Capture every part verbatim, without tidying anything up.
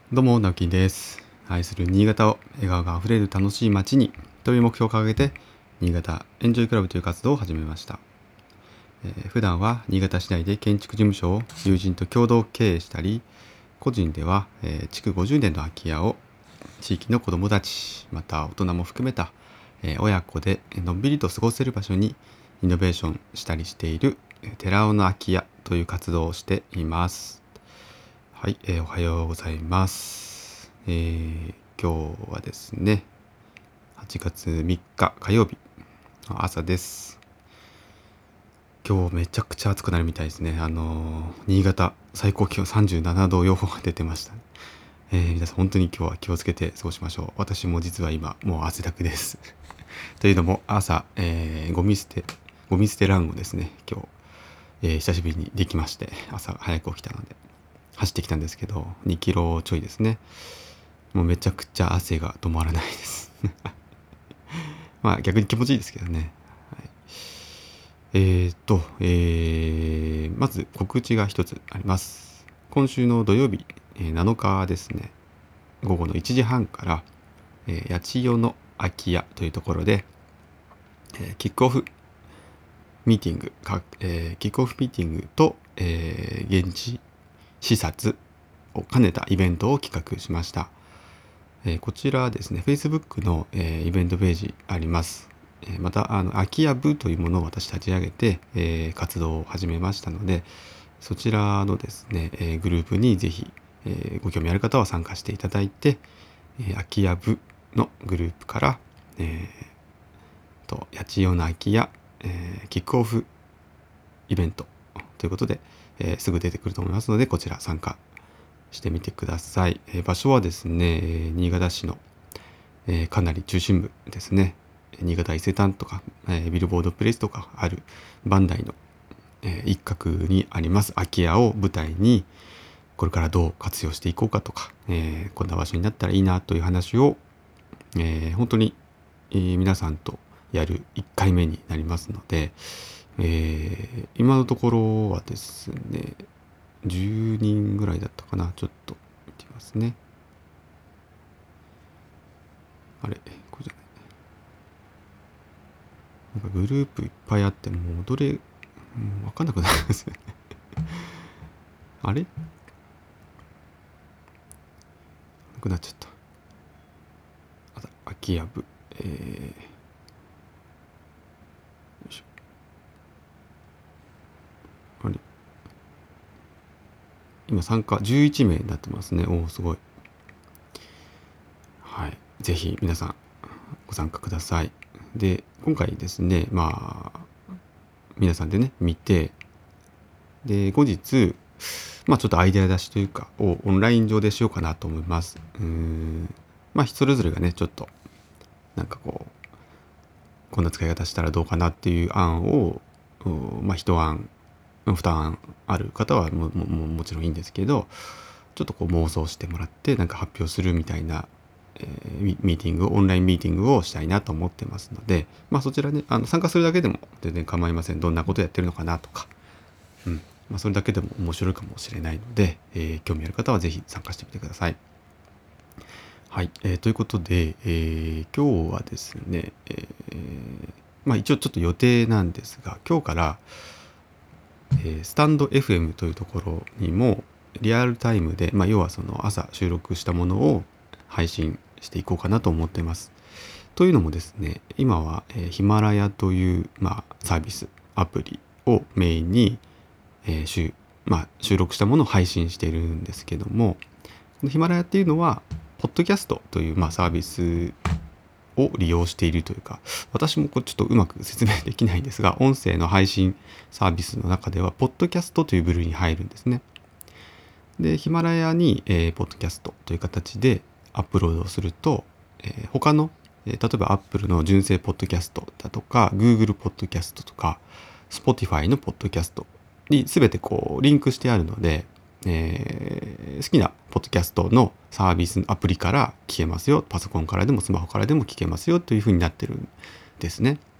どうも、直樹です。愛する新潟を笑顔があふれる楽しい街にという目標を掲げて、新潟エンジョイクラブという活動を始めました。えー、普段は新潟市内で建築事務所を友人と共同経営したり、個人では、えー、築ごじゅうねんの空き家を地域の子どもたち、また大人も含めた、えー、親子でのんびりと過ごせる場所にイノベーションしたりしている、えー、寺尾の空き家という活動をしています。はい、えー、おはようございます、えー、今日はですねはちがつみっか火曜日の朝です。今日めちゃくちゃ暑くなるみたいですね。あのー、新潟最高気温さんじゅうななど予報が出てました、えー、皆さん本当に今日は気をつけて過ごしましょう。私も実は今もう汗だくですというのも朝、えー、ゴミ捨てゴミ捨てランをですね今日、えー、久しぶりにできまして、朝早く起きたので走ってきたんですけど、にキロちょいですね。もうめちゃくちゃ汗が止まらないですまあ逆に気持ちいいですけどね。はい、えーと、えー、まず告知が一つあります。今週の土曜日、えー、なのかですね、午後のいちじはんから、えー、八千代の空き家というところで、えー、キックオフミーティングか、えー、キックオフミーティングと、えー、現地視察を兼ねたイベントを企画しました。えー、こちらですね、Facebook の、えー、イベントページあります。えー、また、あの、空き家部というものを私立ち上げて、えー、活動を始めましたので、そちらのですね、えー、グループにぜひ、えー、ご興味ある方は参加していただいて、えー、空き家部のグループから、えー、と八千代の空き家、えー、キックオフイベントということで、えー、すぐ出てくると思いますので、こちら参加してみてください。えー、場所はですね、新潟市の、えー、かなり中心部ですね。新潟伊勢丹とか、えー、ビルボードプレイスとかある磐梯の、えー、一角にあります空き家を舞台に、これからどう活用していこうかとか、えー、こんな場所になったらいいなという話を、えー、本当に、えー、皆さんとやるいっかいめになりますので、えー、今のところはですね、じゅうにんぐらいだったかな。ちょっと見てみますね。あれこれじゃない。なんかグループいっぱいあってもうどれ、うん、分かんなくなりますねあれなくなっちゃった。あだ空き家部、えー、よいしょ。あれ今参加じゅういちめいになってますね。おお、すごい。はい、ぜひ皆さんご参加ください。で、今回ですね、まあ皆さんでね見て、で後日、まあちょっとアイデア出しというかをオンライン上でしようかなと思います。うーん、まあそれぞれがねちょっとなんかこうこんな使い方したらどうかなっていう案を、まあ一案二案ある方はももももちろんいいんですけど、ちょっとこう妄想してもらってなんか発表するみたいな、えー、ミーティングオンラインミーティングをしたいなと思ってますので、まあそちらねあの参加するだけでも全然構いません。どんなことやってるのかなとか、うん、まあそれだけでも面白いかもしれないので、えー、興味ある方はぜひ参加してみてください。はい、えー、ということで、えー、今日はですね、えー、まあ一応ちょっと予定なんですが、今日から、えー、スタンド エフエム というところにもリアルタイムで、まあ、要はその朝収録したものを配信していこうかなと思っています。というのもですね、今は、えー、ヒマラヤという、まあ、サービスアプリをメインに、えー収まあ、収録したものを配信しているんですけども、このヒマラヤっていうのはポッドキャストという、まあ、サービスを利用しているというか、私もこれちょっとうまく説明できないんですが、音声の配信サービスの中ではポッドキャストという部類に入るんですね。でヒマラヤに、えー、ポッドキャストという形でアップロードをすると、えー、他の、えー、例えば Apple の純正ポッドキャストだとか Google ポッドキャストとか Spotify のポッドキャストに全てこうリンクしてあるので、えー、好きなポッドキャストのサービスアプリから聞けますよ。パソコンからでもスマホからでも聞けますよというふうになってるんですね。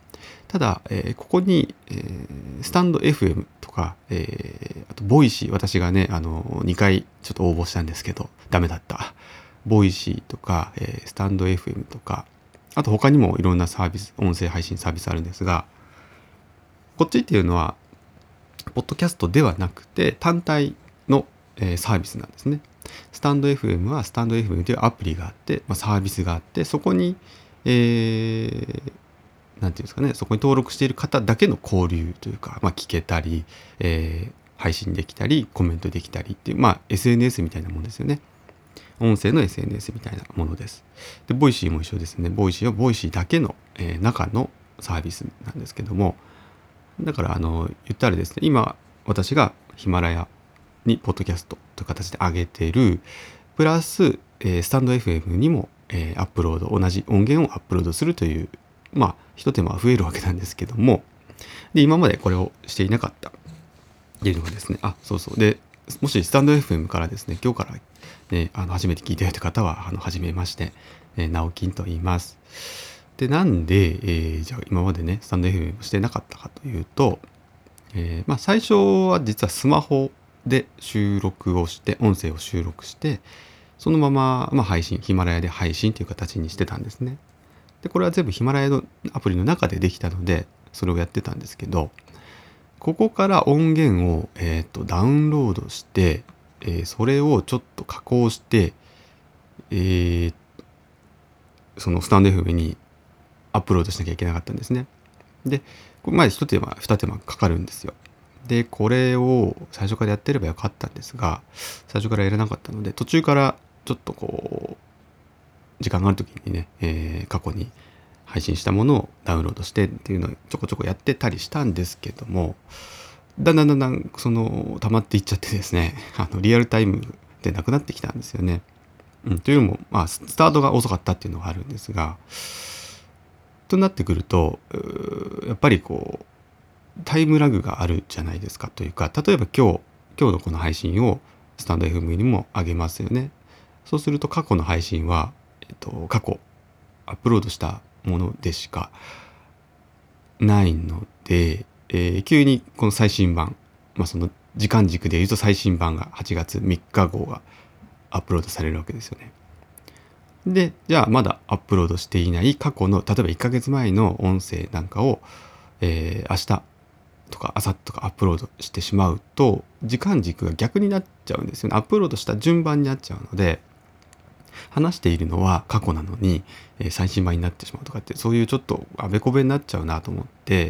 ただ、えーここに、えースタンド エフエム とか、えーあとボイシー、私がねあのにかいちょっと応募したんですけどダメだった。ボイシーとか、えースタンド エフエム とか、あと他にもいろんなサービス、音声配信サービスあるんですが、こっちっていうのはポッドキャストではなくて単体の、えーサービスなんですね。スタンド エフエム はスタンド エフエム というアプリがあって、まあ、サービスがあって、そこに、えーなんていうんですかね、そこに登録している方だけの交流というか、まあ、聞けたり、えー配信できたりコメントできたりっていう、まあ、エスエヌエス みたいなものですよね。音声の エスエヌエス みたいなものです。で、ボイシーも一緒ですね。ボイシーはボイシーだけの、えー中のサービスなんですけども、だからあの言ったらですね、今私がヒマラヤにポッドキャストという形で上げているプラス、えースタンド エフエム にも、えーアップロード、同じ音源をアップロードするという、まあ一手間増えるわけなんですけども、で今までこれをしていなかったっていうのがですね、あ、そうそう、でもしスタンド エフエム からですね、今日からねあの初めて聞いている方はあの初めまして、えー、直金と言います。で、なんで、えーじゃあ今までねスタンド エフエム をしてなかったかというと、えーまあ、最初は実はスマホで収録をして音声を収録してそのまま、まあ、配信ヒマラヤで配信という形にしてたんですね。でこれは全部ヒマラヤのアプリの中でできたのでそれをやってたんですけど、ここから音源を、えー、とダウンロードして、えーそれをちょっと加工して、えーそのスタンド エフエム にアップロードしなきゃいけなかったんですね。で、これまで一手間二手間かかるんですよ。で、これを最初からやってればよかったんですが、最初からやらなかったので、途中からちょっとこう、時間がある時にね、えー過去に配信したものをダウンロードしてっていうのをちょこちょこやってたりしたんですけども、だんだんだんだんその溜まっていっちゃってですね、あのリアルタイムでなくなってきたんですよね。うん、というのも、まあ、スタートが遅かったっていうのがあるんですが、となってくると、うーやっぱりこう、タイムラグがあるじゃないですかというか、例えば今日、今日のこの配信をスタンド エフエム にも上げますよね。そうすると過去の配信は、えっと、過去アップロードしたものでしかないので、えー急にこの最新版、まあその時間軸で言うと最新版がはちがつみっか号がアップロードされるわけですよね。で、じゃあまだアップロードしていない過去の、例えばいっかげつまえの音声なんかを、えー明日とか明後日とかアップロードしてしまうと、時間軸が逆になっちゃうんですよね。アップロードした順番になっちゃうので、話しているのは過去なのに、えー最新版になってしまうとかって、そういうちょっとあべこべになっちゃうなと思って、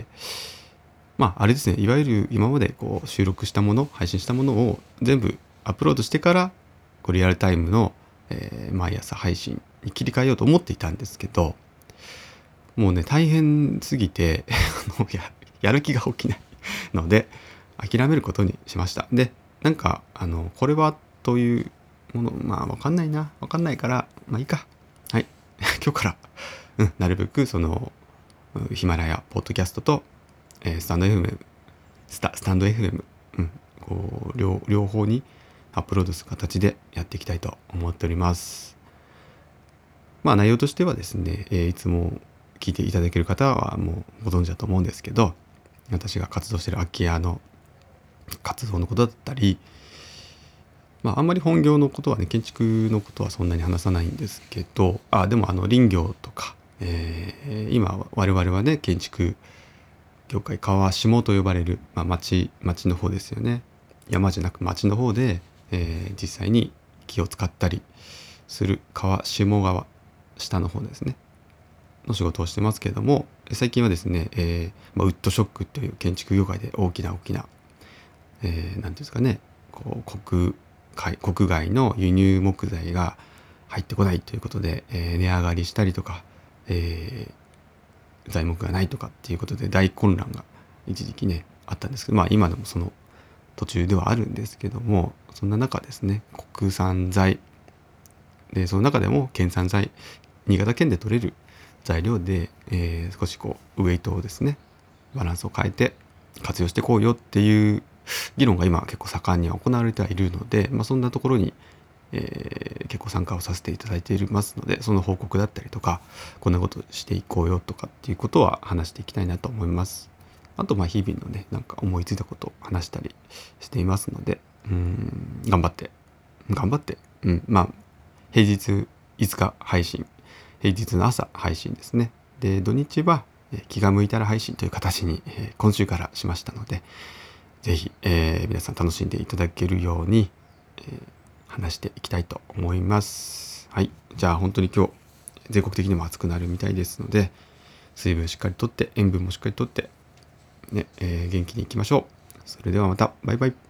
まああれですね、いわゆる今までこう収録したもの、配信したものを全部アップロードしてから、こうリアルタイムの、えー毎朝配信に切り替えようと思っていたんですけど、もうね、大変すぎてあのや、やる気が起きないので、諦めることにしました。で、なんか、あの、これはというもの、まあ、わかんないな。わかんないから、まあいいか。はい。今日から、うん、なるべく、その、うんヒマラヤ、ポッドキャストと、えースタンド エフエム、スタ、スタンド エフエム、うん、こう、両、両方にアップロードする形でやっていきたいと思っております。まあ内容としてはですね、えーいつも聞いていただける方はもうご存知だと思うんですけど、私が活動している空き家の活動のことだったり、まああんまり本業のことはね、建築のことはそんなに話さないんですけど、あ、でもあの林業とか、えー今我々はね、建築業界川下と呼ばれる、まあ、町町の方ですよね。山じゃなく町の方で、えー実際に木を使ったりする川下川下の方ですねの仕事をしてますけれども、最近はですね、えーまあ、ウッドショックという建築業界で大きな大きな、えー、なんていうんですかね、こう国外国外の輸入木材が入ってこないということで、えー値上がりしたりとか、えー材木がないとかっていうことで大混乱が一時期ねあったんですけど、まあ今でもその途中ではあるんですけども、そんな中ですね、国産材で、その中でも県産材、新潟県で取れる材料で、えー少しこうウエイトをですね、バランスを変えて活用していこうよっていう議論が今結構盛んに行われてはいるので、まあ、そんなところにえー結構参加をさせていただいていますので、その報告だったりとか、こんなことしていこうよとかっていうことは話していきたいなと思います。あとまあ日々のね、なんか思いついたことを話したりしていますので、うーん頑張って頑張ってうんまあ平日いつか配信、平日の朝配信ですね。で土日はえー気が向いたら配信という形に、えー今週からしましたので、ぜひ、えー皆さん楽しんでいただけるように、えー話していきたいと思います。はい。じゃあ本当に今日全国的にも暑くなるみたいですので、水分しっかりとって塩分もしっかりとってね、えー元気にいきましょう。それではまた。バイバイ。